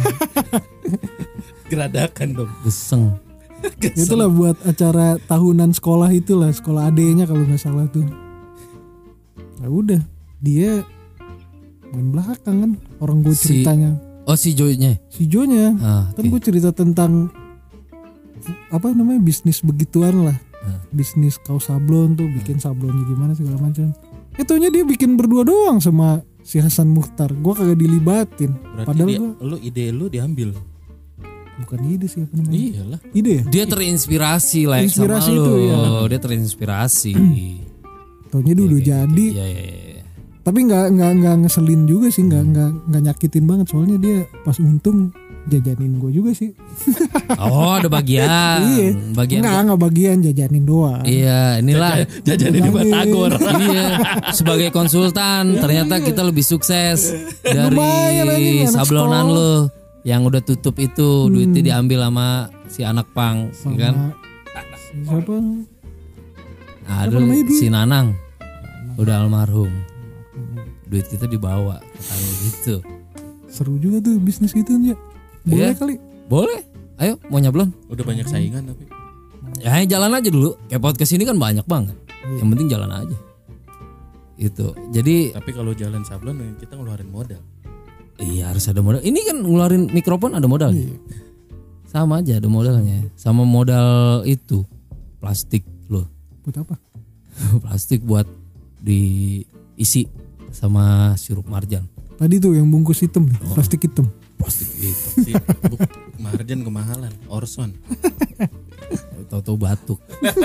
Geradakan dong. Geseng. Itulah buat acara tahunan sekolah itulah, sekolah adenya kalau nggak salah tuh. Nah udah dia main belakang kan orang gue ceritanya. Oh si Joy-nya. Si Jonya kan Oke. gue cerita tentang apa namanya bisnis begituan lah. Bisnis kaos sablon tuh bikin sablonnya gimana segala macam. Itunya dia bikin berdua doang sama si Hasan Muhtar. Gue kagak dilibatin. Berarti Padahal dia, gue ide lu diambil. bukan ide sih apa namanya. Iyalah. Ide ya? Dia terinspirasi lah Inspirasi sama itu, lu. ya. Dia terinspirasi. Taunya dulu Kayak jadi. gitu. Iya. Tapi nggak ngeselin juga sih, nggak nyakitin banget soalnya dia pas untung jajanin gue juga sih. Oh ada bagian. Iya. Bagian. Nggak bagian jajanin doang. Iya inilah. Jajanin di Batagor. Iya, sebagai konsultan ternyata kita lebih sukses Lumayan dari anjing, anak sablonan sekolah. lo yang udah tutup itu duitnya diambil sama si anak pang, Sama ya kan? siapa? Aduh, namanya dia? si Nanang udah almarhum. Duit kita dibawa katanya gitu. Seru juga tuh bisnis gitu ya. Boleh Iya. kali. Boleh, ayo mau nyablon? Udah banyak saingan tapi. Ya jalan aja dulu. Kayak podcast ini kan banyak banget. Yang penting jalan aja. Itu. Jadi Tapi kalau jalan sablon kita ngeluarin modal. iya harus ada modal. Ini kan ngeluarin mikrofon ada modalnya. Sama aja ada modalnya. Sama modal itu plastik loh. Buat apa? Plastik buat diisi sama sirup marjan. Tadi tuh yang bungkus hitam, plastik hitam. Plastik itu. Si marjan kemahalan. Orson. Tahu-tahu batuk.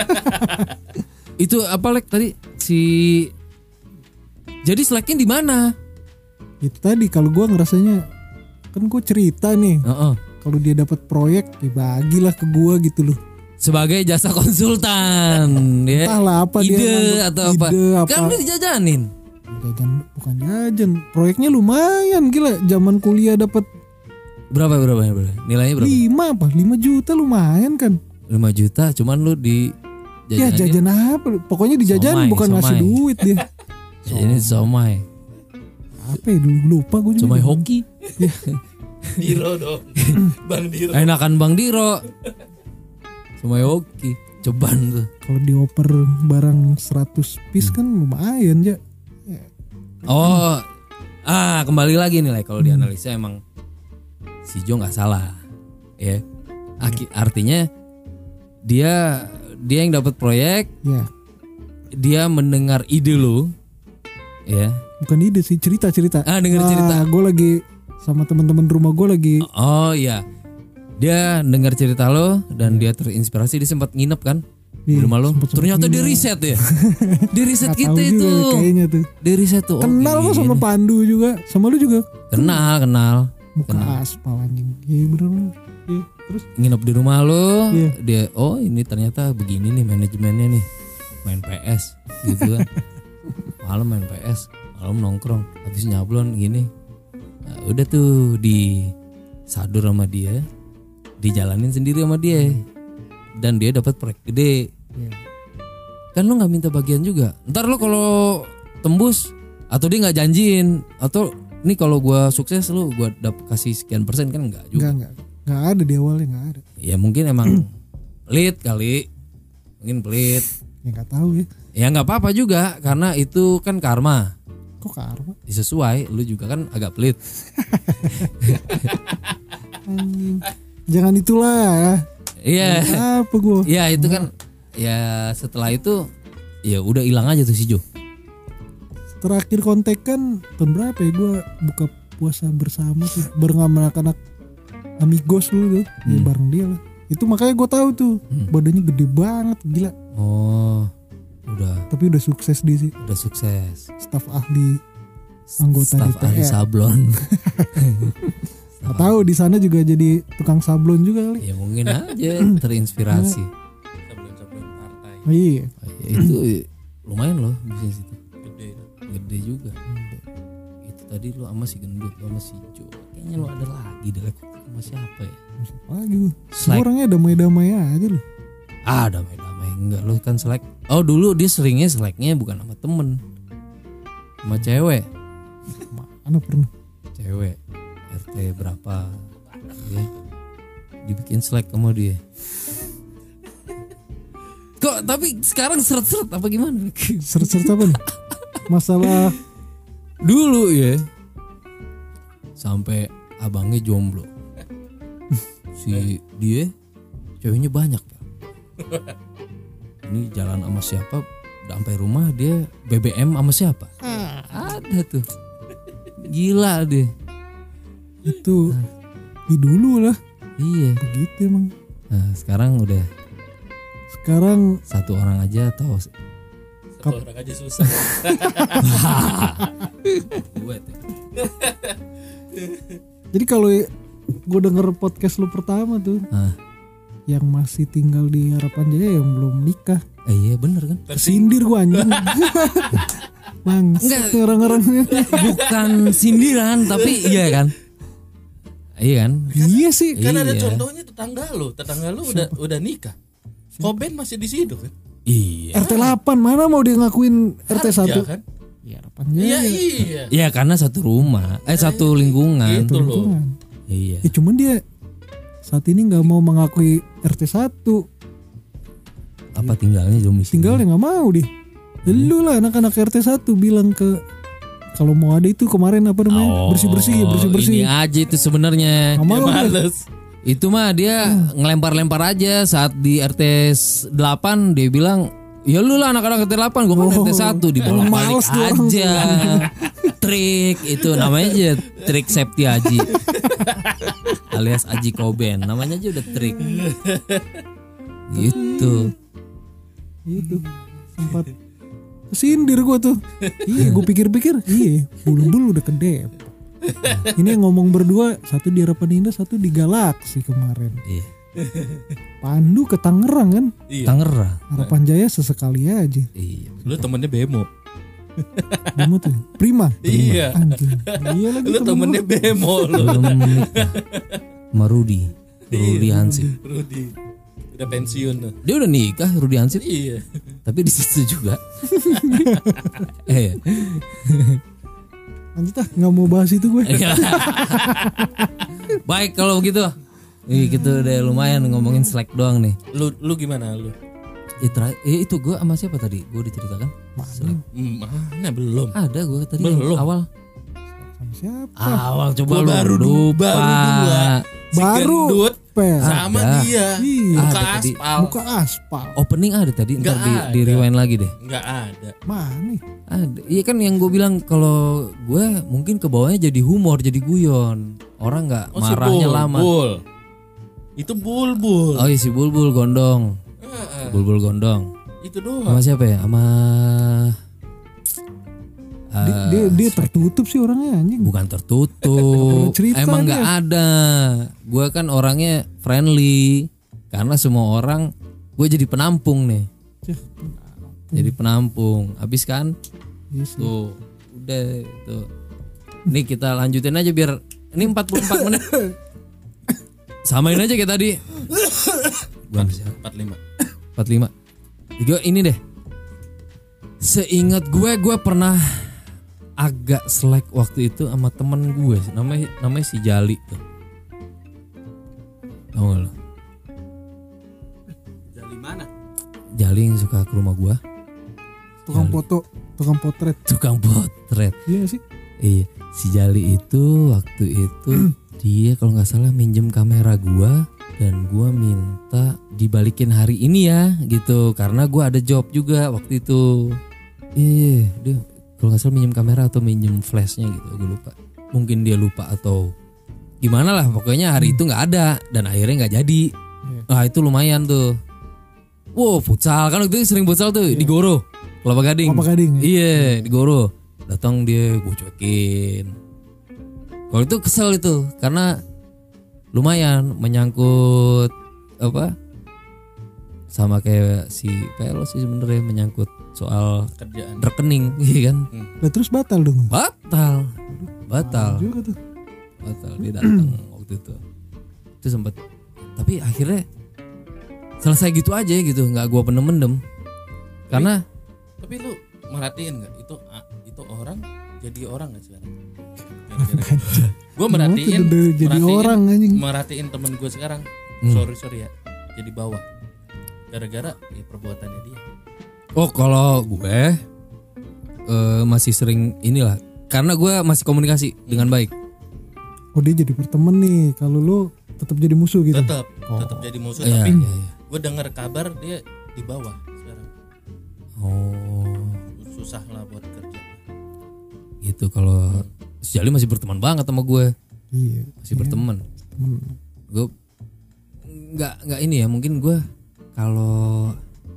Itu apa Lek tadi si. Jadi Slacknya di mana? Itu tadi kalau gue ngerasanya kan gue cerita nih. Heeh. Kalau dia dapat proyek, ya bagilah ke gue gitu loh. Sebagai jasa konsultan, ya. Entahlah apa dia ide nganggep atau apa? ide apa. Kan udah dijajanin. Jajan bukan jajan, proyeknya lumayan gila. Zaman kuliah dapat Berapa? Nilainya berapa? 5 juta lumayan kan. 5 juta, cuman lu di Ya jajan apa? Pokoknya dijajan Somai, bukan ngasih somai. duit dia. Ini somai. Apa ya dulu lupa gue juga. Somai hoki. Diro dong. Bang Diro. Enakan Bang Diro. Somai hoki. Ceban tuh. Kalau dioper barang 100 piece kan lumayan ya. Oh. Kembali lagi nih kalau dianalisa emang si Jo nggak salah. Ya. Artinya dia yang dapat proyek, Ya, dia mendengar ide lu. Ya. bukan ide sih, cerita. Denger cerita. Gue lagi sama teman-teman rumah gue lagi. Oh iya. Dia dengar cerita lo dan dia terinspirasi, dia sempat nginep kan di Iya, rumah lo. sempet Ternyata nginep. di riset ya. Di riset Nggak tahu kita juga itu. kayaknya tuh. Di riset tuh. Kenal kok sama gini. Pandu juga, sama lu juga. Kenal. Muka aspal anjing. Iya bener. Iya. Terus Nginep di rumah lo. Iya. Dia ini ternyata begini nih manajemennya nih. Main PS. gitu kan. Malam main PS, malam nongkrong, habis nyablon gini. Nah, udah tuh disadur sama dia, dijalanin sendiri sama dia, dan dia dapat proyek gede. Kan lu nggak minta bagian juga. Ntar lu kalau tembus atau dia nggak janjiin atau nih kalau gua sukses lu gua dapat kasih sekian persen kan nggak juga. Nggak ada di awalnya, nggak ada. Ya mungkin emang pelit kali, mungkin pelit. Ya nggak tahu ya. Ya nggak apa-apa juga karena itu kan karma. Kok karma? Sesuai, lu juga kan agak pelit. Anjing. Jangan itulah ya. Iya. Apa gua? Ya itu kan ya setelah itu ya udah hilang aja tuh si Jo. Terakhir kontak kan tahun berapa ya gue buka puasa bersama tuh bareng sama anak-anak amigos dulu tuh, ya bareng dia lah. Itu makanya gue tahu tuh badannya gede banget, gila. Oh, udah. Tapi udah sukses di sih. Udah sukses. Staf ahli anggota Staf ahli DPR. sablon. Nggak tahu di sana juga jadi tukang sablon juga kali. Ya mungkin aja terinspirasi. Sablon-sablon partai. Oh, iya. Itu lumayan loh bisnis itu. Gede. Juga. Itu tadi lu sama si gendut, lu sama si Jo. Kayaknya lu ada lagi deh sama siapa ya? Siapa lagi lu? Slack. Orangnya damai-damai aja lu. Damai-damai enggak lu kan Slack. Oh dulu dia seringnya Slacknya bukan sama temen, sama cewek. Mana pernah? Cewek RT berapa ya, dibikin Slack sama dia. Kok tapi sekarang seret-seret apa gimana? Seret-seret apa nih? Masalah Dulu ya sampai abangnya jomblo. Si dia ceweknya banyak ya. Ini jalan sama siapa, udah sampai rumah dia BBM sama siapa? Ada tuh. Gila deh. itu di dulu lah. Iya. Begitu emang. Nah, sekarang udah Sekarang satu orang aja atau Satu orang aja susah. gue tuh. jadi kalau gue denger podcast lu pertama tuh, yang masih tinggal di Harapan Jaya yang belum nikah, Iya bener kan? sindir gue anjing. Bangsat nih orang-orangnya. Bukan sindiran tapi iya kan? Iya kan? Iya sih. Kan ada Iya. contohnya tetangga lu udah nikah. Koben masih di situ kan? Iya. RT 8 mana mau dia ngakuin RT 1? Harja kan? Ya Harapan Jaya. Iya. Ya karena satu rumah, satu lingkungan. Gitu loh. Iya. Ya cuman dia saat ini nggak mau mengakui RT 1. Apa tinggalnya domisili? Tinggalnya nggak mau dia. Lu lah anak-anak RT 1 bilang ke kalau mau ada itu kemarin apa namanya bersih-bersih. Ini aja itu sebenarnya. Nggak mau dia. Males. Itu mah dia ngelempar-lempar aja saat di RT 8 dia bilang, "Ya lu lah anak-anak RT 8, gua kan RT 1 dibolak-balik males tuh orang aja." Trik itu namanya aja trik Septi Aji. Alias Aji Koben, namanya aja udah trik. Gitu. Itu sempat sindir gue tuh. Iya gue pikir-pikir iya bulu-bulu udah kedep. Ini yang ngomong berdua, satu di Harapan Indah, satu di Galaksi kemarin. Iya. Pandu ke Tangerang kan. Iya. Tangerang. Harapan Jaya sesekali aja. Iya. Lu temennya Bemo. Bemo tuh Prima. Iya. Anjing. Iya lagi Lu temennya Bemo lu. Belum menikah. Sama Rudi Hansip. Rudi. Udah pensiun tuh. Dia udah nikah Rudi Hansip. Iya. Tapi di situ juga. Iya. Lanjut ah, nggak mau bahas itu gue. Baik kalau begitu. Kita udah lumayan ngomongin Slack doang nih. Lu gimana lu? Itu gue sama siapa tadi? Gue diceritakan. Slack. Mana belum? Ada gue tadi Belum. yang awal. Sama siapa? Awal coba Gua lu baru lupa. dua. Si Baru gendut Pel. sama Ada. dia. Iya. Muka Ada tadi. aspal. Muka aspal. Opening ada tadi. Ntar Nggak ada. di rewind lagi deh. Enggak ada. Mana? Ada. Iya kan yang gue bilang kalau gue mungkin ke bawahnya jadi humor, jadi guyon. Orang nggak Oh, si marahnya lama. Bulbul. Itu Bulbul. Oh iya si Bulbul Gondong. Bulbul Gondong. Itu doang. Sama siapa ya? Sama Dia tertutup sih orangnya anjing. bukan tertutup. Perlu cerita Emang dia. nggak ada. Gue kan orangnya friendly karena semua orang gue jadi penampung nih. Jadi penampung. Habis kan? Iya sih. Tuh, udah tuh. Nih kita lanjutin aja biar ini 44 menit. Samain aja kayak tadi. Bang, 45. 45. Gue ini deh. Seingat gue pernah agak selek waktu itu sama temen gue, namanya si Jali tuh. Tahu gak lo? Jali mana? Jali yang suka ke rumah gue. Tukang foto, tukang potret. Tukang potret. Iya sih. Iya, si Jali itu waktu itu dia kalau nggak salah minjem kamera gua dan gua minta dibalikin hari ini ya gitu karena gua ada job juga waktu itu. Iya, dia kalau nggak salah minjem kamera atau minjem flashnya gitu, gue lupa. Mungkin dia lupa atau gimana lah, pokoknya hari itu nggak ada dan akhirnya nggak jadi. Nah itu lumayan tuh. Wow, futsal kan waktu itu sering futsal tuh di Goro, Kelapa Gading. Kelapa Gading. Ya? Iya, di Goro. Datang dia gue cuekin. Kalau itu kesel itu karena lumayan menyangkut apa sama kayak si PLO sih sebenarnya, menyangkut soal Kerjaan. rekening, iya kan? Lah terus batal dong. Batal Juga tuh. batal dia datang waktu itu sempet, tapi akhirnya selesai gitu aja gitu, nggak gue pendem karena Tapi lu merhatiin nggak itu orang jadi orang nggak sekarang? Gue merhatiin jadi orang anjing. merhatiin temen gue sekarang. Sorry ya, jadi bawah gara-gara ya perbuatannya dia. oh kalau gue masih sering inilah karena gue masih komunikasi dengan baik. Oh dia jadi berteman nih. Kalau lu tetap jadi musuh gitu. Tetap jadi musuh, Iya, tapi iya. gue dengar kabar dia di bawah sekarang. Oh Susah lah buat kerja. gitu. Kalau si Jali masih berteman banget sama gue, Iya. masih berteman. Gue nggak ini ya, mungkin gue kalau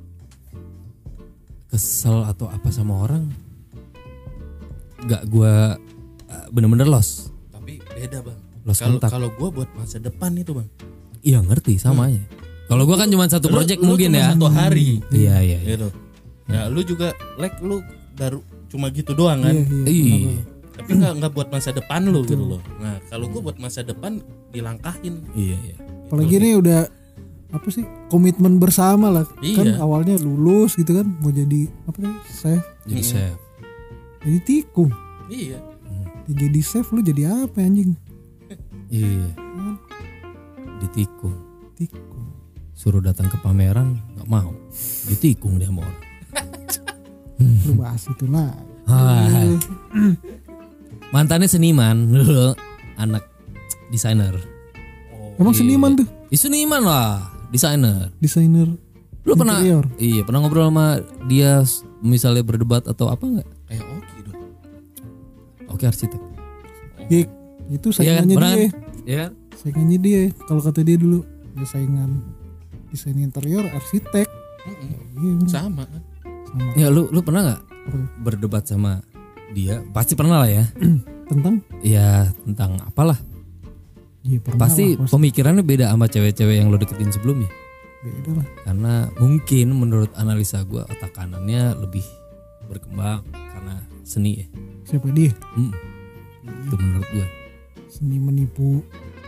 kesel atau apa sama orang nggak gue bener-bener lost Beda bang. kontak. Kalau gue buat masa depan itu bang. Iya ngerti sama aja. Kalau gue kan cuma satu project mungkin cuma ya. satu hari. Iya. Gitu. Ya lu juga lu baru cuma gitu doang kan. Iya. Tapi nggak buat masa depan lu gitu loh. Nah kalau gue buat masa depan dilangkahin. Iya. Apalagi ini udah apa sih, komitmen bersama lah. Kan Iya. awalnya lulus gitu kan, mau jadi apa nih, chef, Jadi chef. jadi tikung. Iya. Jadi chef lu jadi apa anjing? Iya. Ditikung. Tikung. Suruh datang ke pameran nggak mau. Ditikung dia sama orang. Lu bahas itu lah. Hai. Mantannya seniman dulu, anak desainer. Emang seniman tuh, Seniman lah, desainer. desainer. Lu pernah? Interior. Iya, pernah ngobrol sama dia misalnya berdebat atau apa nggak? Kayak Oki dong. Oke, arsitek. Ya, itu Iya kan? saingannya Pernah dia. kan? Iya kan? Saingannya dia. Kalau kata dia dulu, ya saingan desain interior, arsitek. Iya, bener. Sama kan. Sama. Ya lu pernah nggak Apa? berdebat sama dia? Pasti pernah lah ya. Tentang? Ya tentang apalah. Iya pernah Pasti lah, pemikirannya beda sama cewek-cewek yang lo deketin sebelumnya. beda lah. Karena mungkin menurut analisa gue otak kanannya lebih berkembang karena seni ya. Siapa dia? Itu menurut gue. Seni menipu.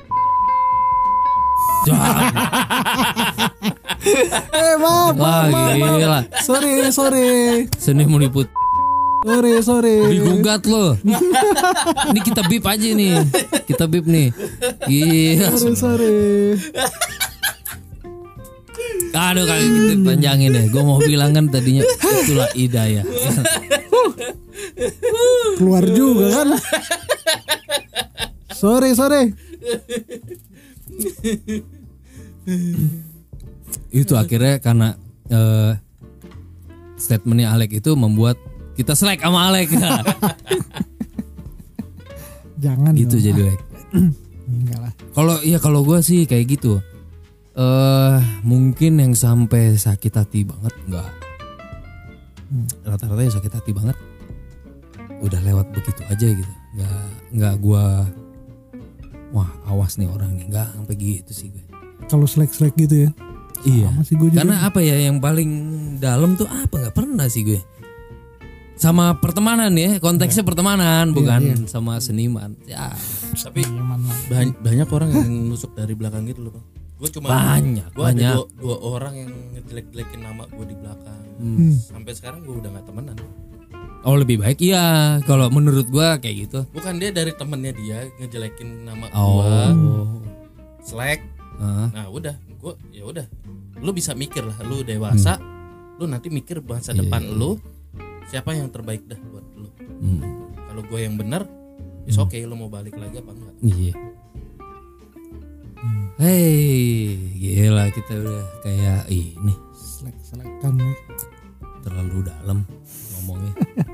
Maaf. Wah gila. Sorry. Seni menipu. Sorry. Digugat lo. Ini kita bip aja nih. Kita bip nih. Iya. Sorry. Aduh kali gitu panjangin deh. Gue mau bilang kan tadinya itulah hidayah. Keluar juga kan. Sorry. Itu akhirnya karena statementnya Alek itu membuat kita selek sama Alek. Jangan Gitu dong. jadi Alek. Enggak lah. Kalau gue sih kayak gitu. Mungkin yang sampai sakit hati banget enggak. Rata-rata ya sakit hati banget. Udah lewat begitu aja gitu. Enggak gue wah awas nih orang nih, enggak sampai gitu sih gue. Kalau selek gitu ya. Iya. Sama sih gue juga. Karena apa ya yang paling dalam tuh apa nggak pernah sih gue. Sama pertemanan ya, konteksnya pertemanan bukan sama seniman. Ya, Tapi Nyaman lah. banyak orang yang nusuk dari belakang gitu loh, Bang. Gue cuma banyak. ada dua orang yang ngejelek-jelekin nama gue di belakang. Sampai sekarang gue udah nggak temenan. Oh lebih baik iya kalau menurut gua kayak gitu. Bukan dia dari temennya dia ngejelekin nama Oh. gue, selek. Ah. Nah udah, gue ya udah. Lu bisa mikir lah, lu dewasa, lu nanti mikir masa depan lu siapa yang terbaik dah buat lu. Kalau gue yang benar, is oke, lu mau balik lagi apa enggak? Iya. Hei, gila kita udah kayak ini Selek-selekan nih. terlalu dalam ngomongnya.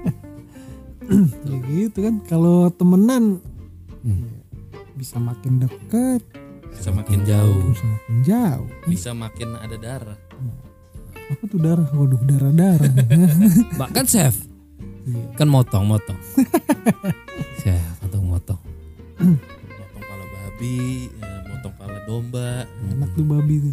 Ya gitu kan. Kalau temenan bisa makin dekat, Bisa makin jauh, bisa makin jauh. bisa makin ada darah. Apa tuh darah? Waduh, darah-darah. Bahkan chef kan motong. Chef motong. Motong pala babi, motong pala domba. Enak tuh babi tuh.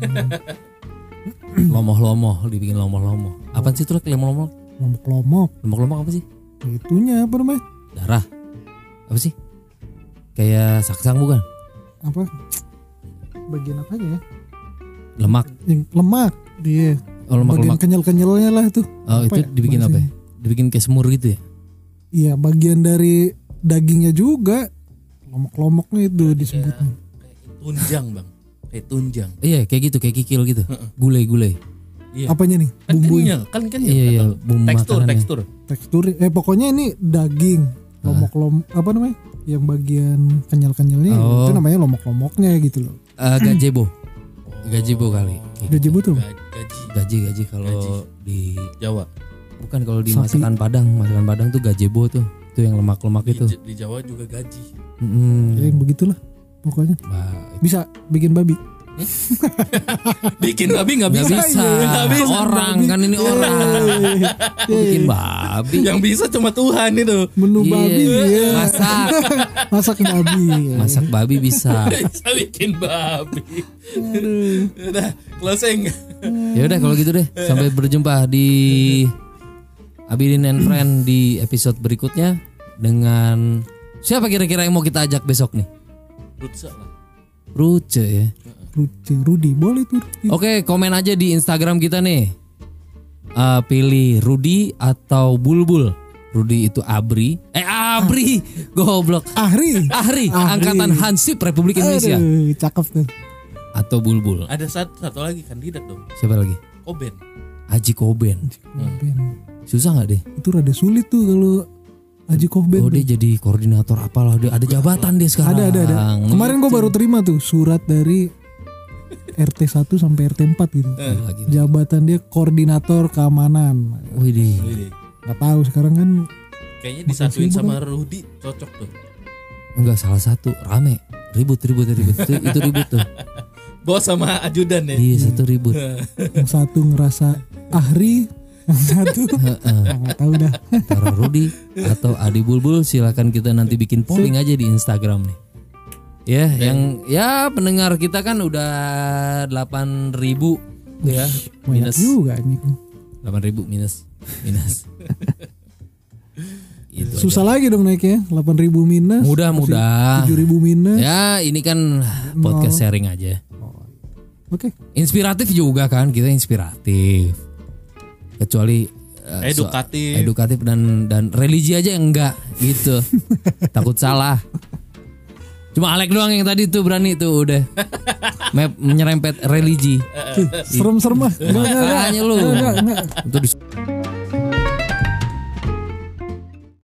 Lomoh dibikin lomoh. Apaan sih tuh lomoh? Lomok-lomok. Lomoh apa sih? Itunya apa namanya? Darah. Apa sih? Kayak saksang bukan? Apa? Bagian apanya ya? Lemak. Yang lemak. Dia. Oh, Bagian lemak. kenyal-kenyalnya lah tuh. Oh, itu ya? dibikin apa ya? Dibikin kayak semur gitu ya? Iya, bagian dari dagingnya juga. Lomok-lomoknya itu disebutnya. Kayak tunjang, Bang. Kayak tunjang. Iya, kayak gitu, kayak kikil gitu. Gulai. Iya. Apanya nih? Kan Bumbunya. kenyal, Iya, bumbu makanannya. tekstur. Pokoknya ini daging. Lomok-lomok apa namanya? Yang bagian kenyal-kenyalnya Oh. itu namanya lomok-lomoknya gitu loh. Gazebo. Gazebo kali. Gazebo tuh. Gaji kalau di Jawa. bukan kalau di Sapi. masakan Padang tuh gazebo tuh. Itu yang lemak-lemak itu. Di Jawa juga gaji. Ya, begitulah pokoknya. Baik. Bisa bikin babi. Bikin babi nggak Nggak bisa. bisa. Nggak bisa. Orang kan ini orang. Bikin babi. Yang bisa cuma Tuhan itu. Menu Iya. babi ya. Masak Masak babi. masak babi bisa. Bisa bikin babi. Udah closing. Ya udah kalau gitu deh. Sampai berjumpa di Abidin and Friend di episode berikutnya dengan siapa kira-kira yang mau kita ajak besok nih? Rutsa lah. Ruce ya. Rudi boleh tuh. Rudi. Oke, komen aja di Instagram kita nih. Pilih Rudi atau Bulbul. Rudi itu Abri. Goblok. Ahri. Ahri, Angkatan Hansip Republik Indonesia. Aduh, cakep tuh. Atau Bulbul. Ada satu lagi kandidat dong. Siapa lagi? Koben. Haji Koben. Susah nggak deh? Itu rada sulit tuh kalau Haji Kohben. Oh, dia jadi koordinator apalah, dia ada jabatan dia sekarang. Ada. Kemarin gue baru terima tuh surat dari RT 1 sampai RT 4 gitu. Gila. Jabatan dia koordinator keamanan. Widih. Gak tahu sekarang kan Kayaknya disatuin sama Rudi cocok tuh. Enggak, salah satu rame. Ribut. Itu ribut tuh. Bos sama ajudan ya. Iya, satu ribut. yang satu ngerasa Ahri, yang satu nggak tahu dah. Antara Rudi atau Adi Bulbul, silakan kita nanti bikin polling aja di Instagram nih. Ya, yang ya pendengar kita kan udah 8.000 ya. Banyak Minus juga nih. 8.000 minus. Itu Susah lagi dong naiknya. 8.000 minus. Mudah-mudahan. 7.000 minus. Ya, ini kan podcast sharing aja. Oke. Inspiratif juga kan, kita inspiratif. Kecuali edukatif dan religi aja enggak gitu. Takut salah. Cuma Alek doang yang tadi tuh berani tuh udah menyerempet religi. Serem-serem lah. Makanya lu. Enggak. Itu